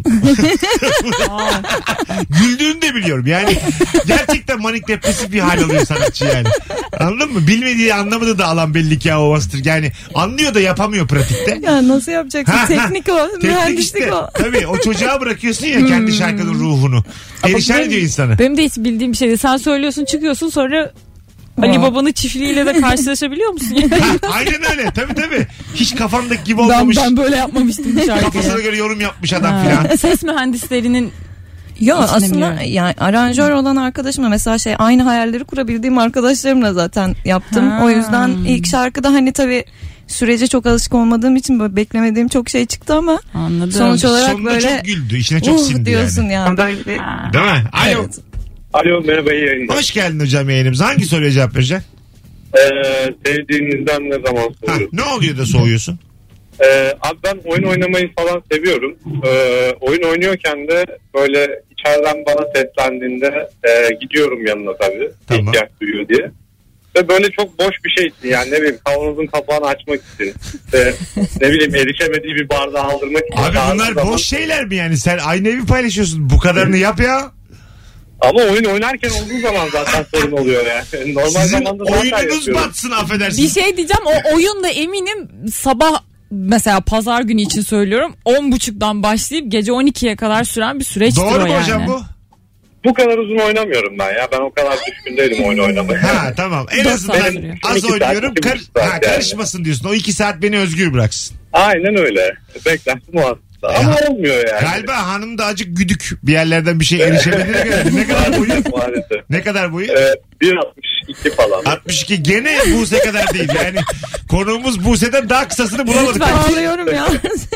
Güldüğünü de biliyorum. Yani gerçekten manik depresif bir hal alıyor sanatçı yani. Anladın mı? Bilmediği anlamadığı da alan belli ki o bastır. Yani anlıyor da yapamıyor pratikte. Ya nasıl yapacaksın? Ha, Teknik ha. o. Teknik Mühendislik işte. o. Tabii o çocuğa bırakıyorsun ya kendi şarkının ruhunu. Perişan benim- ediyor insanı. Benim de hiç bildiğim bir şeydi. Sen söylüyorsun çıkıyorsun sonra Ali Aa. Baba'nın çiftliğiyle de karşılaşabiliyor musun? Ha, aynen öyle. Tabii tabii. Hiç kafandaki gibi ben, olmamış. ben böyle yapmamıştım bu Kafasına şarkıyı. göre yorum yapmış adam Ha. filan. Ses mühendislerinin Yo İçine aslında biliyorum. yani aranjör olan arkadaşımla mesela şey aynı hayalleri kurabildiğim arkadaşlarımla zaten yaptım. Ha. O yüzden ilk şarkıda hani tabii sürece çok alışık olmadığım için böyle beklemediğim çok şey çıktı ama anladım. sonuç olarak Sonunda böyle çok güldü. İçine çok uh sindi diyorsun yani. yani. Ha. Değil mi? Alo. Evet. Alo merhaba iyi yayınlar. Hoş geldin hocam yayınımıza. Hangi soruya cevap vereceksin? Ee, sevdiğinizden ne zaman Ha, soruyorsun? ne oluyor da soğuyorsun? Ee, abi ben oyun oynamayı falan seviyorum. Ee, oyun oynuyorken de böyle içeriden bana seslendiğinde e, gidiyorum yanına tabii. Tamam. İhtiyaç duyuyor diye. Ve böyle çok boş bir şey için yani ne bileyim kavanozun kapağını açmak için. İşte, ne bileyim erişemediği bir bardağı aldırmak için. Abi çağırdığı bunlar zaman- boş şeyler mi yani? Sen aynı evi paylaşıyorsun. Bu kadarını yap ya. Ama oyun oynarken olduğu zaman zaten sorun oluyor yani. Normal Sizin zamanda zaten oyununuz yapıyorum. batsın affedersin. Bir şey diyeceğim o oyun da eminim sabah mesela pazar günü için söylüyorum on buçuktan başlayıp gece on ikiye kadar süren bir süreçtir Doğru o mu yani. hocam bu? Bu kadar uzun oynamıyorum ben ya. Ben o kadar düşkün değilim oyun oynamaya. Ha tamam. En Dört azından saat sürüyor. az İki saat, oynuyorum. iki Kar- buçuk saat ha, yani. karışmasın diyorsun. O iki saat beni özgür bıraksın. Aynen öyle. Beklentim o aslında. Ama Ya, olmuyor yani. Galiba hanım da acık güdük. Bir yerlerden bir şey erişemediğine göre. Ne kadar boyu? Maalesef. maalesef. Ne kadar boyu? Ee, bir altmış iki falan. altmış iki gene Buse kadar değil. Yani konuğumuz Buse'den daha kısasını bulamadık. Ağlıyorum ya.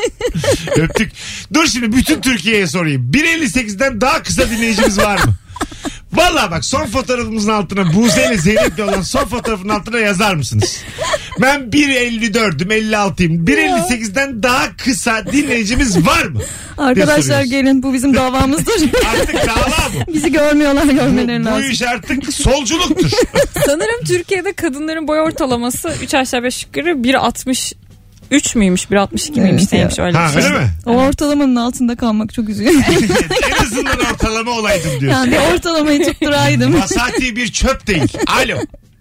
Öptük. Dur şimdi bütün Türkiye'ye sorayım. bir elli sekizden daha kısa dinleyicimiz var mı? Vallahi bak son fotoğrafımızın altına Buse ile Zeynep'le olan son fotoğrafın altına yazar mısınız? Ben bir elli dördüm elli altıyım. bir elli sekizden daha kısa dinleyicimiz var mı? Arkadaşlar soruyoruz. gelin bu bizim davamızdır. Artık dava bu. Bizi görmüyorlar görmeleri Bu, bu lazım. iş artık solculuktur. Sanırım Türkiye'de kadınların boy ortalaması üç aşağı beş yukarı bir altmış üç müymüş bir altmış iki miymiş Evet ya. neymiş öyle Ha bir şey. öyle mi? O ortalamanın altında kalmak çok üzüyor. En azından ortalama olaydım diyorsun. Yani bir ortalamayı tutturaydım. Vasati bir çöp değil. Alo.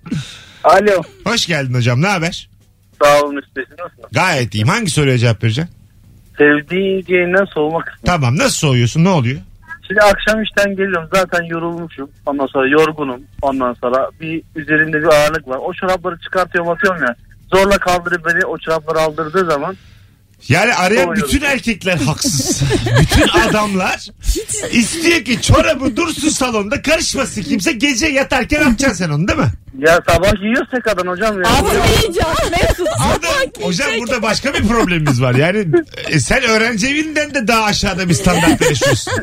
Alo. Hoş geldin hocam. Ne haber? Sağ olun üstesi nasıl? Gayet iyiyim. Hangi soruya cevap vereceksin? Sevdiğinden soğumak istiyorum. Tamam. Nasıl soğuyorsun? Ne oluyor? Şimdi akşam işten geliyorum zaten yorulmuşum. Ondan sonra yorgunum. Ondan sonra bir üzerimde bir ağırlık var. O çorapları çıkartıyorum atıyorum ya. Zorla kaldırıp beni o çorapları aldırdığı zaman Yani arayan Doğru. bütün erkekler haksız. Bütün adamlar istiyor ki çorabı dursun salonda karışmasın kimse. Gece yatarken atacaksın sen onu değil mi? ya sabah giyiyorsa kadın hocam ya. Atmayacağım Mesut. Burada, hocam burada başka bir problemimiz var. Yani e, sen öğrenci evinden de daha aşağıda bir standartta yaşıyorsun.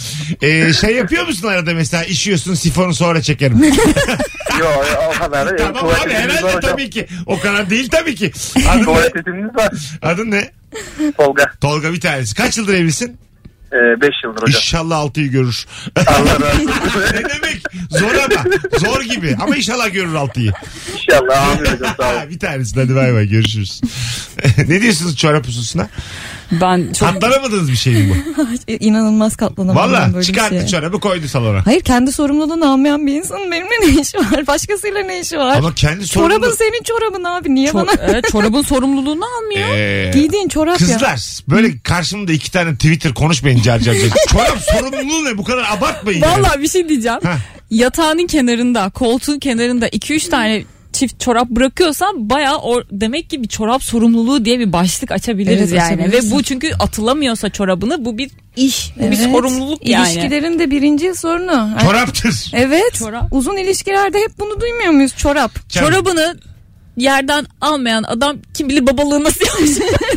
E, şey yapıyor musun arada mesela işiyorsun sifonu sonra çekerim. Yok o kadar. da- Tamam tuvalet abi etimiz var herhalde hocam. tabii ki. O kadar değil tabii ki. Adın ne? Tuvalet etimiz var. Adın ne? Tolga. Tolga bir tanesi. Kaç yıldır evlisin? beş yıldır hocam. İnşallah altıyı görür. Allah razı olsun. Ne demek? Zor ama. Zor gibi. Ama inşallah görür altıyı. İnşallah amin hocam sağ olun. Ha, bir tanesi. Hadi bay bay görüşürüz. Ne diyorsunuz çorap hususuna? Ben çok Katlanamadığınız bir şey mi bu? İnanılmaz katlanamadım Valla böyle bir çıkarttı şeye. çorabı koydu salona. Hayır kendi sorumluluğunu almayan bir insanın benimle ne işi var? Başkasıyla ne işi var? Ama kendi Çorabın sorumlu... senin çorabın abi niye Çor- bana? evet, çorabın sorumluluğunu almıyor. Ee, Giydiğin çorap ya. Kızlar böyle karşımda iki tane Twitter konuşmayın car car car. Çorap sorumluluğu ne? Bu kadar abartmayın. yani. Vallahi bir şey diyeceğim. Heh. Yatağının kenarında, koltuğun kenarında iki üç tane çift çorap bırakıyorsan bayağı o demek ki bir çorap sorumluluğu diye bir başlık açabiliriz Evet, yani. açabilirsin. Ve bu çünkü atılamıyorsa çorabını bu bir iş, bu bir Evet. sorumluluk yani. İlişkilerin de birinci sorunu. Yani- Çoraptır. Evet. Çorap. Uzun ilişkilerde hep bunu duymuyor muyuz? Çorap. Çorabını yerden almayan adam kim bilir babalığı nasıl yapmış.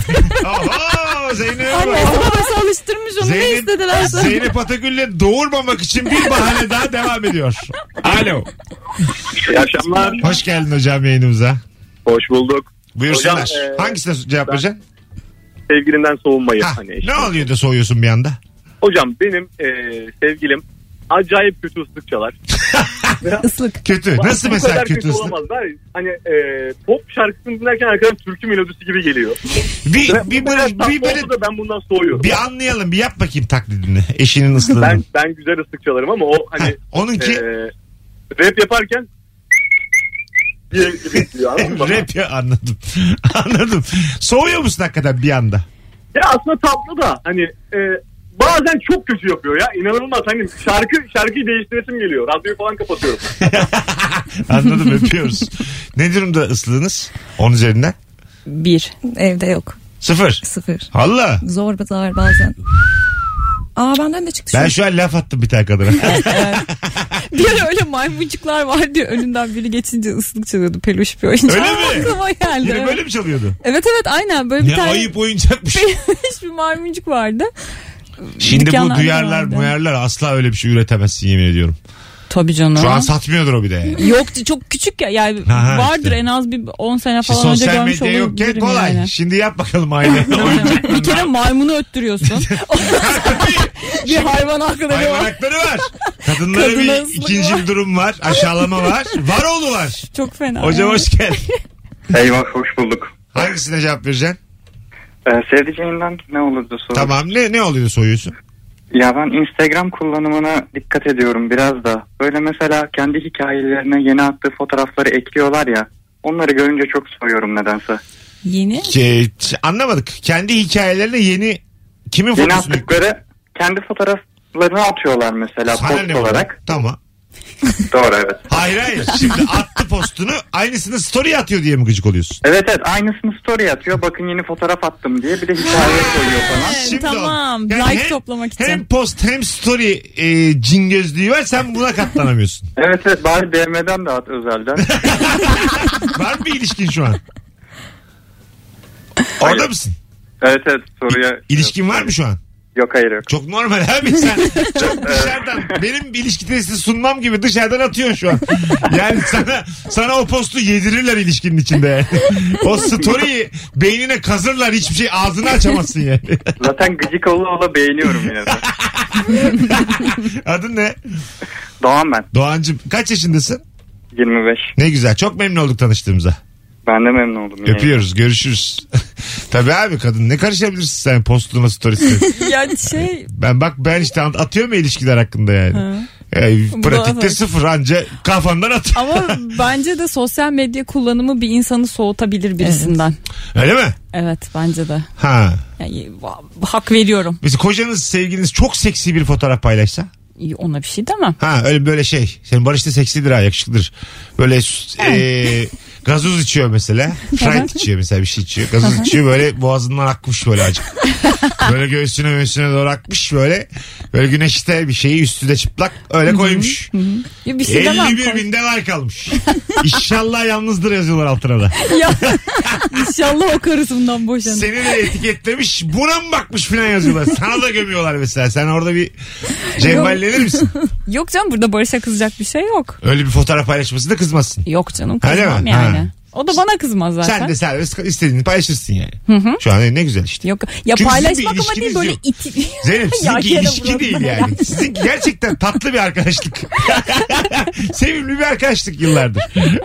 Oho Zeynep. Annesi babası alıştırmış onu ne istediler sana? Zeynep Atagül'le doğurmamak için bir bahane daha devam ediyor. Alo. İyi akşamlar. Hoş geldin hocam yayınımıza. Hoş bulduk. Buyursunlar. Hocam, e, Hangisine cevap ben- vereceksin? Sevgilinden soğumayı. Ha, Hani ne oluyor da soğuyorsun bir anda? Hocam benim e, sevgilim acayip kötü ıslık çalar. Islık. Kötü. Nasıl Bu mesela kadar kötü kötü ıslık? olamaz. Ben, hani e, pop şarkısını dinlerken arkadan türkü melodisi gibi geliyor. Bir, Ve bir, bu kadar böyle, tatlı bir, böyle, oldu da ben bundan soğuyorum. bir anlayalım. Bir yap bakayım taklidini. Eşinin ıslığını. Ben ben güzel ıslık çalarım ama o hani Heh, onunki e, rap yaparken diye gibi gidiyor, anladın mı? rap ya, anladım. Anladım. Soğuyor musun hakikaten bir anda? Ya aslında tatlı da hani e, bazen çok kötü yapıyor ya. İnanılmaz. Hani şarkı şarkıyı değiştiresim geliyor. Radyoyu falan kapatıyorum. Anladım, öpüyoruz. Ne durumda ıslığınız? On üzerinden? Bir. Evde yok. Sıfır. Sıfır. Valla. Zor bazar bazen. Aa benden de çıktı. Ben şu an laf attım bir tane kadına. Bir ara öyle maymuncuklar var diyor. Önünden biri geçince ıslık çalıyordu. Peluş bir oyuncak. Öyle mi? Aklıma geldi. Yine böyle mi çalıyordu? Evet evet aynen. Böyle bir Ne tane ayıp oyuncakmış. peluş bir maymuncuk vardı. Şimdi bu Dükkanlarda duyarlar vardı. muyarlar asla öyle bir şey üretemezsin, yemin ediyorum. Tabii canım. Şu an satmıyordur o bir de yani. Yok çok küçük ya. Yani Ha, vardır işte. en az bir on sene İşte falan önce sosyal görmüş medya yokken olabilirim kolay. yani. Şimdi yap bakalım aynı. Bir kere maymunu öttürüyorsun. Bir hayvan hakkında bir Hayvan var. hakları var. Kadınlara Kadına bir ıslık ikinci var. bir durum var. Aşağılama var. Var oğlu var. Çok fena. Hocam yani. hoş geldin. Eyvah hoş bulduk. Hangisine cevap vereceksin? Ee, sevdiceğinden ne olurdu soru? Tamam, ne ne oluyor soyuyorsun? Ya ben Instagram kullanımına dikkat ediyorum biraz da. Böyle mesela kendi hikayelerine yeni attığı fotoğrafları ekliyorlar ya. Onları görünce çok soruyorum nedense. Yeni? Şey, anlamadık. Kendi hikayelerine yeni kimin Yeni fotosunu? attıkları kendi fotoğraflarını atıyorlar mesela Sana post ne olarak. olarak? Tamam. Doğru evet. Hayır hayır. Şimdi attı postunu, aynısını story atıyor diye mi gıcık oluyorsun? Evet evet aynısını story atıyor. Bakın yeni fotoğraf attım diye bir de hikaye koyuyor falan. Evet, Şimdi tamam. o. Yani Like hem- toplamak için. Hem post hem story e, cingözlüğü var, sen buna katlanamıyorsun. Evet evet bari D M'den de at özelden. Var mı bir ilişkin şu an? Orada mısın? Evet evet soruya. İlişkin var mı şu an? Yok hayır yok. Çok normal abi, sen çok dışarıdan benim ilişki testi sunmam gibi dışarıdan atıyorsun şu an. Yani sana sana o postu yedirirler ilişkinin içinde yani. O story'yi beynine kazırlar, hiçbir şey ağzını açamazsın yani. Zaten gıcık ola ola beğeniyorum yine de. Adın ne? Doğan ben. Doğancığım, kaç yaşındasın? yirmi beş. Ne güzel, çok memnun olduk tanıştığımıza. Ben de memnun oldum. Yine. Öpüyoruz, görüşürüz. Tabii abi, kadın ne karışabilirsin sen postuna storiesine. Ya şey Ben bak ben işte atıyorum ya ilişkiler hakkında yani. Hı. Yani Bu pratikte da- sıfır, anca kafandan at. ama bence de sosyal medya kullanımı bir insanı soğutabilir birisinden. Öyle mi? Evet bence de. Ha. Yani va- hak veriyorum. Mesela kocanız, sevgiliniz çok seksi bir fotoğraf paylaşsa. İyi, ona bir şey demem. Ha, öyle böyle şey. Senin Barış da seksidir ha, yakışıklıdır. Böyle e, gazoz içiyor mesela. Sprite içiyor mesela, bir şey içiyor. Gazoz içiyor, böyle boğazından akmış böyle acık. Böyle göğsüne göğsüne doğru akmış böyle. Böyle güneşte bir şeyi, üstü de çıplak öyle koymuş. Ya bir şey demem. elli bir binde like almış. İnşallah yalnızdır yazıyorlar altına da. Ya, İnşallah o karısından boşanır. Seni de etiketlemiş, buna mı bakmış falan yazıyorlar. Sana da gömüyorlar mesela. Sen orada bir cemballenir misin? Yok canım, burada Barış'a kızacak bir şey yok. Öyle bir fotoğraf paylaşmasında kızmazsın. Yok canım, Öyle kızmam mi? yani. Ha. O da bana kızmaz zaten. Sen de serbest istediğini paylaşırsın yani. Hı hı. Şu an ne güzel işte. Yok ya, Çünkü sizin paylaşmak bir ama değil ilişkiniz böyle yok. iti. Zeynep, Ya sizinki gene ilişki buradan değil ya. yani. Sizinki gerçekten tatlı bir arkadaşlık. Sevimli bir arkadaşlık yıllardır.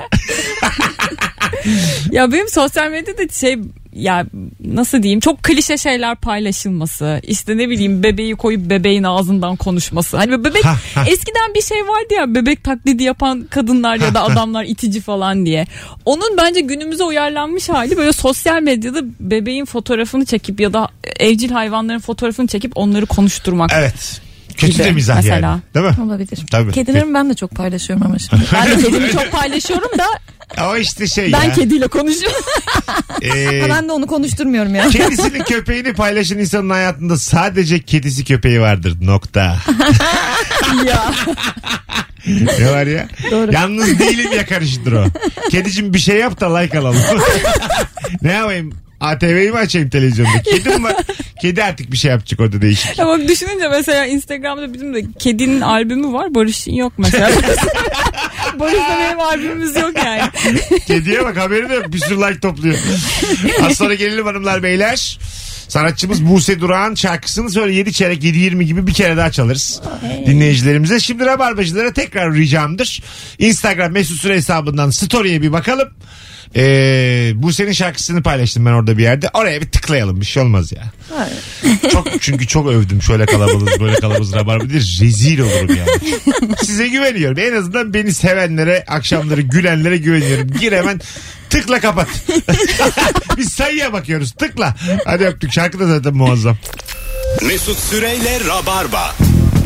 Ya benim sosyal medyada şey, ya nasıl diyeyim, çok klişe şeyler paylaşılması, işte ne bileyim bebeği koyup bebeğin ağzından konuşması. Hani bebek Ha, ha. eskiden bir şey vardı ya, bebek taklidi yapan kadınlar ya da Ha, ha. adamlar itici falan diye. Onun bence günümüze uyarlanmış hali böyle sosyal medyada bebeğin fotoğrafını çekip ya da evcil hayvanların fotoğrafını çekip onları konuşturmak. Evet. Kötü Gibi de mizah mesela. yani. Değil mi? Olabilir. Tabii. Kedilerimi ben de çok paylaşıyorum ama şimdi. Ben de kedimi çok paylaşıyorum da Ama işte şey ben ya. kediyle konuşuyorum. e, Ha, ben de onu konuşturmuyorum ya. kedisini köpeğini paylaşan insanın hayatında sadece kedisi köpeği vardır. Nokta. Ya. Ne var ya? Doğru. Yalnız değilim ya karışıdır o. Kedicim bir şey yap da like alalım. Ne yapayım? A T V'yi mi açayım televizyonda? Kedim var. Kedi artık bir şey yapacak orada, değişik. Ya bak düşününce mesela Instagram'da bizim de kedinin albümü var, Barış'ın yok mesela. Barış'la benim albümümüz yok yani. Kediye bak, haberi de yok. Bir sürü like topluyor. Az sonra gelelim hanımlar beyler. Sanatçımız Buse Durak'ın şarkısını söyle yedi çeyrek yedi yirmi gibi bir kere daha çalarız hey. dinleyicilerimize. Şimdi Rabarbacılara tekrar ricamdır. Instagram Mesut Süre hesabından story'e bir bakalım. Ee, Buse'nin şarkısını paylaştım ben orada bir yerde. Oraya bir tıklayalım, bir şey olmaz ya. Çok, çünkü çok övdüm şöyle kalabalığız böyle kalabalığız Rabarba değil, rezil olurum yani. Size güveniyorum. En azından beni sevenlere, akşamları gülenlere güveniyorum. Gir hemen tıkla kapat. Biz sayıya bakıyoruz, tıkla. Hadi öptük, şarkı da zaten muazzam. Mesut Süreyle Rabarba.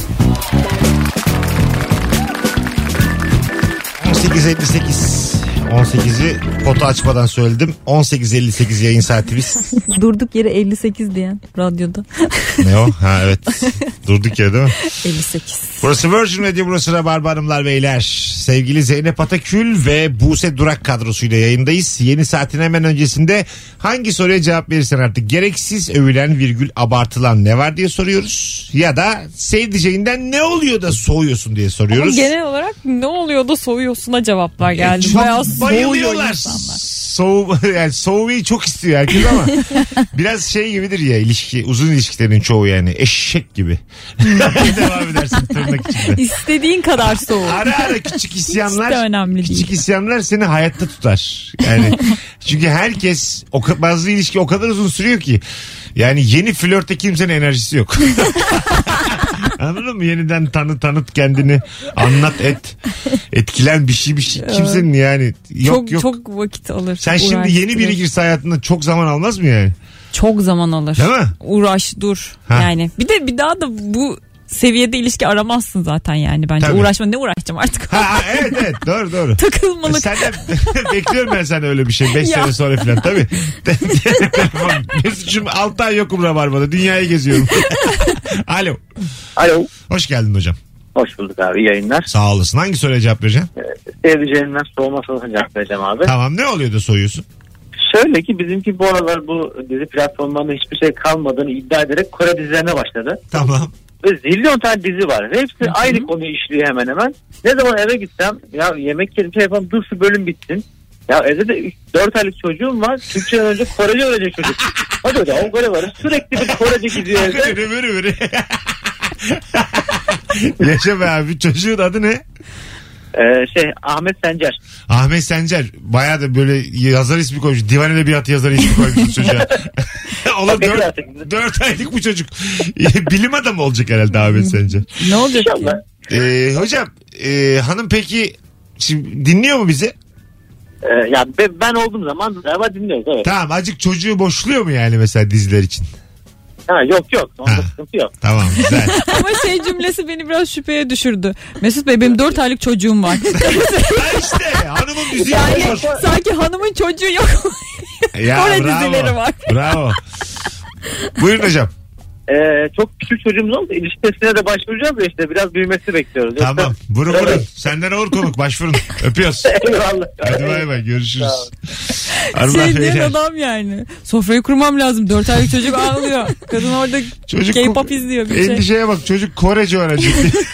on sekiz elli sekiz on sekizi potu açmadan söyledim. on sekiz elli sekiz yayın saatimiz. Durduk yere elli sekiz diyen radyoda. Ne o? Ha evet. Durduk yere değil mi? elli sekiz. Burası Virgin Radio, burası Rabarba Hanımlar Beyler. Sevgili Zeynep Atakül ve Buse Durak kadrosuyla yayındayız. Yeni saatin hemen öncesinde hangi soruya cevap verirsen artık gereksiz övülen virgül abartılan ne var diye soruyoruz. Ya da sevdiceğinden ne oluyor da soğuyorsun diye soruyoruz. Ama genel olarak ne oluyor da soğuyorsun'a cevaplar geldi. E, çok Bayağı bayılıyorlar. Soğu, yani soğumayı çok istiyor herkes ama biraz şey gibidir ya, ilişki, uzun ilişkilerin çoğu yani eşek gibi. Devam edersin tırnak içinde. İstediğin kadar soğuk. Ara ara küçük isyanlar, Hiç de önemli küçük değil. isyanlar seni hayatta tutar. Yani çünkü herkes, o, bazı ilişki o kadar uzun sürüyor ki yani yeni flörtte kimsenin enerjisi yok. Anladın mı? Yeniden tanı tanıt kendini, anlat et, etkilen bir şey bir şey. Kimsenin yani yok çok, yok. Çok vakit alır. Sen şimdi yeni biri girse hayatında çok zaman almaz mı yani? Çok zaman alır. Değil mi? Uğraş dur. Ha. Yani bir de bir daha da bu seviyede ilişki aramazsın zaten yani bence. Tabii. Uğraşma, ne uğraşacağım artık. Ha, evet evet doğru doğru. Takılmalık. Senden bekliyorum ben senden öyle bir şey beş sene sonra falan tabii. Mesut'cum altı ay yokum Rabarba'da, dünyayı geziyorum. Alo. Alo. Hoş geldin hocam. Hoş bulduk abi, iyi yayınlar. Sağ olasın. Hangi soruya cevap vereceksin? Ee, sevdiceğinden soğuma sorusuna cevap vereceğim abi. Tamam, ne oluyor da soğuyorsun? Şöyle ki bizimki bu aralar bu dizi platformlarında hiçbir şey kalmadığını iddia ederek Kore dizilerine başladı. Tamam. Ve zilyon tane dizi var. Ve hepsi aynı konuyu işliyor hemen hemen. Ne zaman eve gitsem ya yemek yedim şey yapalım, dur şu bölüm bitsin. Ya evde de dört aylık çocuğum var. Türkçeden önce Korece öğrenecek çocuk. Hadi hocam o Kore var. Sürekli bir Korece gidiyor evde. Vırı vırı vırı. Yaşa be abi, çocuğun adı ne? Ee, şey Ahmet Sencer. Ahmet Sencer. Bayağı da böyle yazar ismi koymuş. Divan edebiyatı yazarı ismi koymuş çocuğa. Oğlum dört, dört aylık bu çocuk. Bilim adamı olacak herhalde Ahmet Sencer. Ne olacak İnşallah. Ee, hocam e, hanım peki şimdi dinliyor mu bizi? Ee, ya ben olduğum zaman galiba dinliyoruz, evet. Tamam, azıcık çocuğu boşluyor mu yani mesela diziler için? Ha, yok yok. Onda Ha. sıkıntı yok. Tamam, güzel. Ama şey cümlesi beni biraz şüpheye düşürdü. Mesut Bey, benim dört aylık çocuğum var. Ha işte hanımın diziyi Yani boş. sanki hanımın çocuğu yok. Ya, Kore bravo. dizileri var. Bravo. Buyurun hocam. Ee, çok küçük çocuğumuz oldu. İlişki testine de başvuracağız da işte biraz büyümesi bekliyoruz. Yoksa... Tamam. Vurun Evet. vurun. Senden olur konuk. Başvurun. Öpüyoruz. Eyvallah. Hadi bay bay. Görüşürüz. Şey diyen adam yani. Sofrayı kurmam lazım. Dört aylık çocuk ağlıyor. Kadın orada Çocuk K-pop izliyor bir şey. endişeye bak. Çocuk Korece öğrenecek.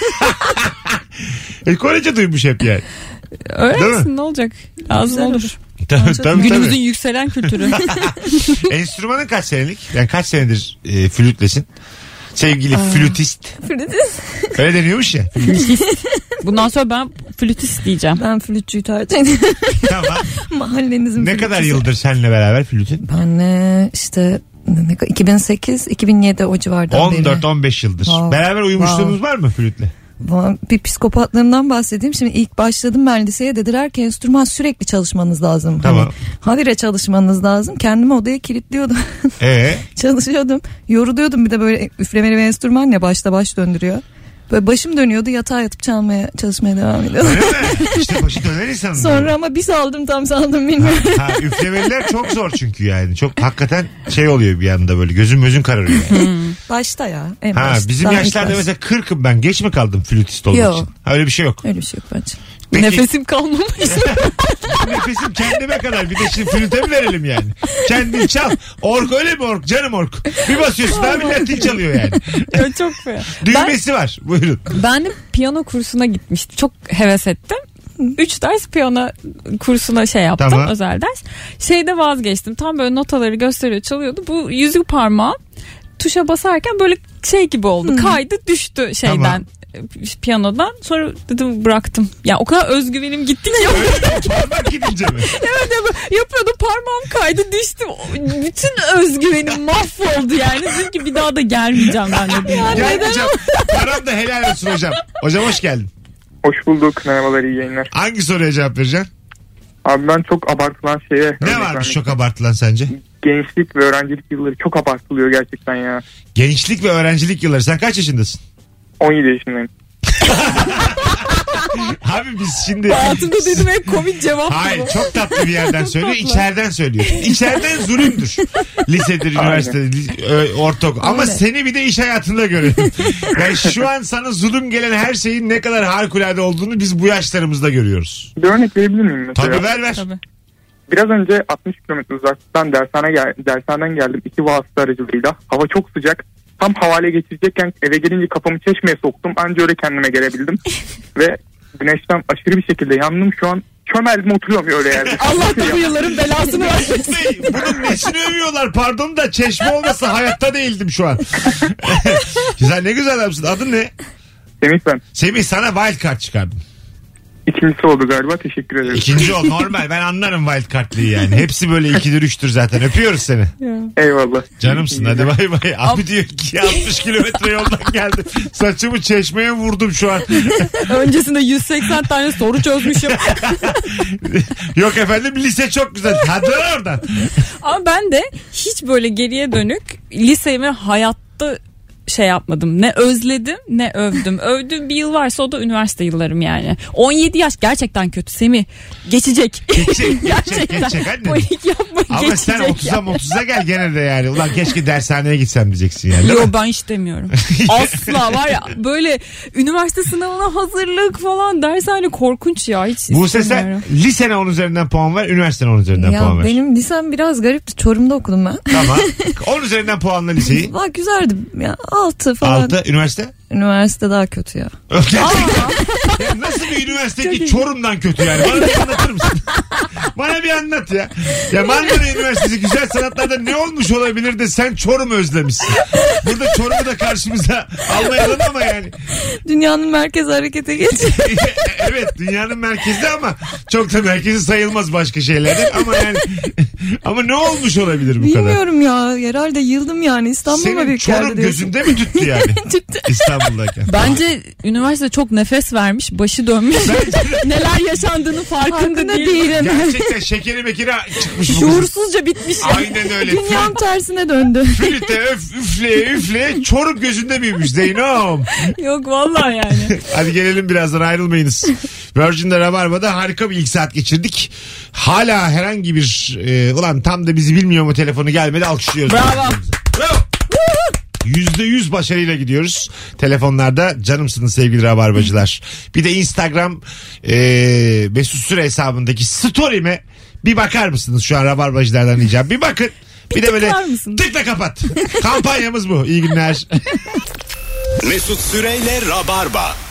e, Korece duymuş hep yani. Öğrensin, ne olacak? Lazım olur. Tabii, tabii, Günümüzün tabii. yükselen kültürü. Enstrümanın kaç senelik? Yani kaç senedir e, flütlesin? Sevgili flütist. Flütist. Öyle deniyormuş ya. Bundan sonra ben flütist diyeceğim. Ben flütçüyü tercih ediyorum. Tamam. Mahallenizin Ne flütçüsü. kadar yıldır seninle beraber flütün? Ben e, işte ne- iki bin sekiz iki bin yedi o civardan beri. on dört on beş yıldır. Wow. Beraber uyumuşluğunuz Wow. var mı flütle? Bir psikopatlığımdan bahsedeyim. Şimdi ilk başladım ben liseye, dediler ki enstrüman sürekli çalışmanız lazım. Tamam. Hani habire çalışmanız lazım. Kendimi odaya kilitliyordum. Ee? Çalışıyordum. Yoruluyordum, bir de böyle üflemeli bir enstrüman ya, başta baş döndürüyor. Böyle başım dönüyordu, yatağa yatıp çalmaya çalışmaya devam ediyordum. Öyle mi? İşte başı döner insanın. Sonra ama bir saldım tam saldım bilmiyorum. Ha, üflemeliler çok zor çünkü yani. Çok hakikaten şey oluyor bir anda böyle. Gözüm gözün kararıyor yani. Başta ya. En Ha, başta. bizim Daha ilk yaşlarda başta. mesela kırkım ben. Geç mi kaldım flütist olmak Yok. için? Ha, öyle bir şey yok. Öyle bir şey yok bence. Peki, Nefesim kalmamış. nefesim kendime kadar. Bir de şimdi flüte mi verelim yani? Kendin çal. Ork öyle mi ork? Canım ork. Bir basıyorsun daha millet dil çalıyor yani. Ya çok fena. Düğmesi var. Buyurun. Ben de piyano kursuna gitmiştim. Çok heves ettim. Üç ders piyano kursuna şey yaptım, Tamam. özel ders. Şeyde vazgeçtim. Tam böyle notaları gösteriyor, çalıyordu. Bu yüzük parmağı tuşa basarken böyle şey gibi oldu. Hmm. Kaydı düştü şeyden. Tamam. Piyanodan. Sonra dedim bıraktım. Ya o kadar özgüvenim gitti ki. Parmak gidince mi? Evet, yapıyordum, parmağım kaydı düştüm. Bütün özgüvenim mahvoldu yani. Dedim ki bir daha da gelmeyeceğim ben dedim. Yani. Gelmeyeceğim. Param da helal olsun hocam. Hocam hoş geldin. Hoş bulduk. Merhabalar, iyi yayınlar. Hangi soruya cevap vereceksin? Abi ben çok abartılan şeye... Ne varmış çok abartılan sence? Gençlik ve öğrencilik yılları çok abartılıyor gerçekten ya. Gençlik ve öğrencilik yılları. Sen kaç yaşındasın? on yedi yaşındayım. Abi biz şimdi... Hayatımda dedim hep komik cevap. Hayır, çok tatlı bir yerden söylüyor. İçeriden söylüyor. İçeriden zulümdür. Lisedir, üniversitedir, ortaokul. Ama Aynen. seni bir de iş hayatında görüyorum. Yani şu an sana zulüm gelen her şeyin ne kadar harikulade olduğunu biz bu yaşlarımızda görüyoruz. Bir örnek verebilir miyim mesela? Tabii ver ver. Tabii. Biraz önce altmış kilometre uzaklıktan dershane gel- dershaneden geldim. İki vasıta aracılığıyla. Hava çok sıcak. Tam havale geçirecekken eve gelince kafamı çeşmeye soktum. Anca öyle kendime gelebildim. Ve güneşten aşırı bir şekilde yandım. Şu an çömeldim, oturuyorum öyle yerde. Allah da bu yılların belasını versin. Bunun nesini övüyorlar, pardon da çeşme olmasa hayatta değildim şu an. Güzel, ne güzel adamsın. Adın ne? Semih ben. Semih, sana wild card çıkardım. İkincisi oldu galiba, teşekkür ederim. İkinci ol, normal, ben anlarım wild card'lıyı yani. Hepsi böyle ikidir üçtür zaten. Öpüyoruz seni. Eyvallah. Canımsın, hadi bay bay. Abi diyor ki altmış kilometre yoldan geldim. Saçımı çeşmeye vurdum şu an. Öncesinde yüz seksen tane soru çözmüşüm. Yok efendim, lise çok güzel. Hadi oradan. Ama ben de hiç böyle geriye dönük lisemi hayatta şey yapmadım. Ne özledim ne övdüm. Övdüğüm bir yıl varsa o da üniversite yıllarım yani. on yedi yaş gerçekten kötü Semih. Geçecek. Geçecek. Geçecek. Geçecek anne. Panik yapma, ama geçecek. Sen otuza otuza gel gene de yani. Ulan keşke dershaneye gitsem diyeceksin yani. Yok, ben hiç demiyorum. Asla var ya, böyle üniversite sınavına hazırlık falan, dershane korkunç ya. Hiç Buse, sen lisene on üzerinden puan ver, üniversitene on üzerinden ya puan ver. Benim lisem biraz garipti. Çorum'da okudum ben. Tamam. on üzerinden puanla liseyi. Valla güzeldi ya. altı falan. altı. Üniversite? Üniversite daha kötü ya. Ya nasıl bir üniversite ki Çorum'dan kötü yani? Bana bir anlatır mısın? Bana bir anlat ya. Ya Marmara Üniversitesi Güzel Sanatlar'da ne olmuş olabilir de sen Çorum özlemişsin. Burada Çorum'u da karşımıza almayalım ama yani. Dünyanın merkezi harekete geçiyor. Evet, dünyanın merkezi ama çok da merkezi sayılmaz başka şeylerden ama yani ama ne olmuş olabilir bu Bilmiyorum kadar? Bilmiyorum ya, herhalde yıldım yani. İstanbul'a büyük geldi. Senin Çorum gözünde mi tüttü yani? Tüttü. İstanbul'dayken. Bence üniversite çok nefes vermiş, başı dönmüş. Neler yaşandığını farkında, farkında değil. değilim. Gerçekten şekeri mekeri çıkmış. Şuursuzca bitmiş. Aynen öyle. Dünyam tersine döndü. Flüte öf, üfleye üfleye Çorum gözünde büyümüş Zeynom. Yok vallahi yani. Hadi gelelim, birazdan ayrılmayınız. Virgin'de Rabarba'da harika bir ilk saat geçirdik. Hala herhangi bir e, ulan tam da bizi bilmiyor mu telefonu gelmedi, alkışlıyoruz. Bravo. Bravo. yüzde yüz başarıyla gidiyoruz. Telefonlarda canımsınız sevgili Rabarbacılar. Bir de Instagram e, Mesut Süre hesabındaki story'me bir bakar mısınız şu an Rabarbacılardan diyeceğim. Bir bakın. Bir, bir de böyle tıkla kapat. Kampanyamız bu. İyi günler. Mesut Süreyle Rabarba.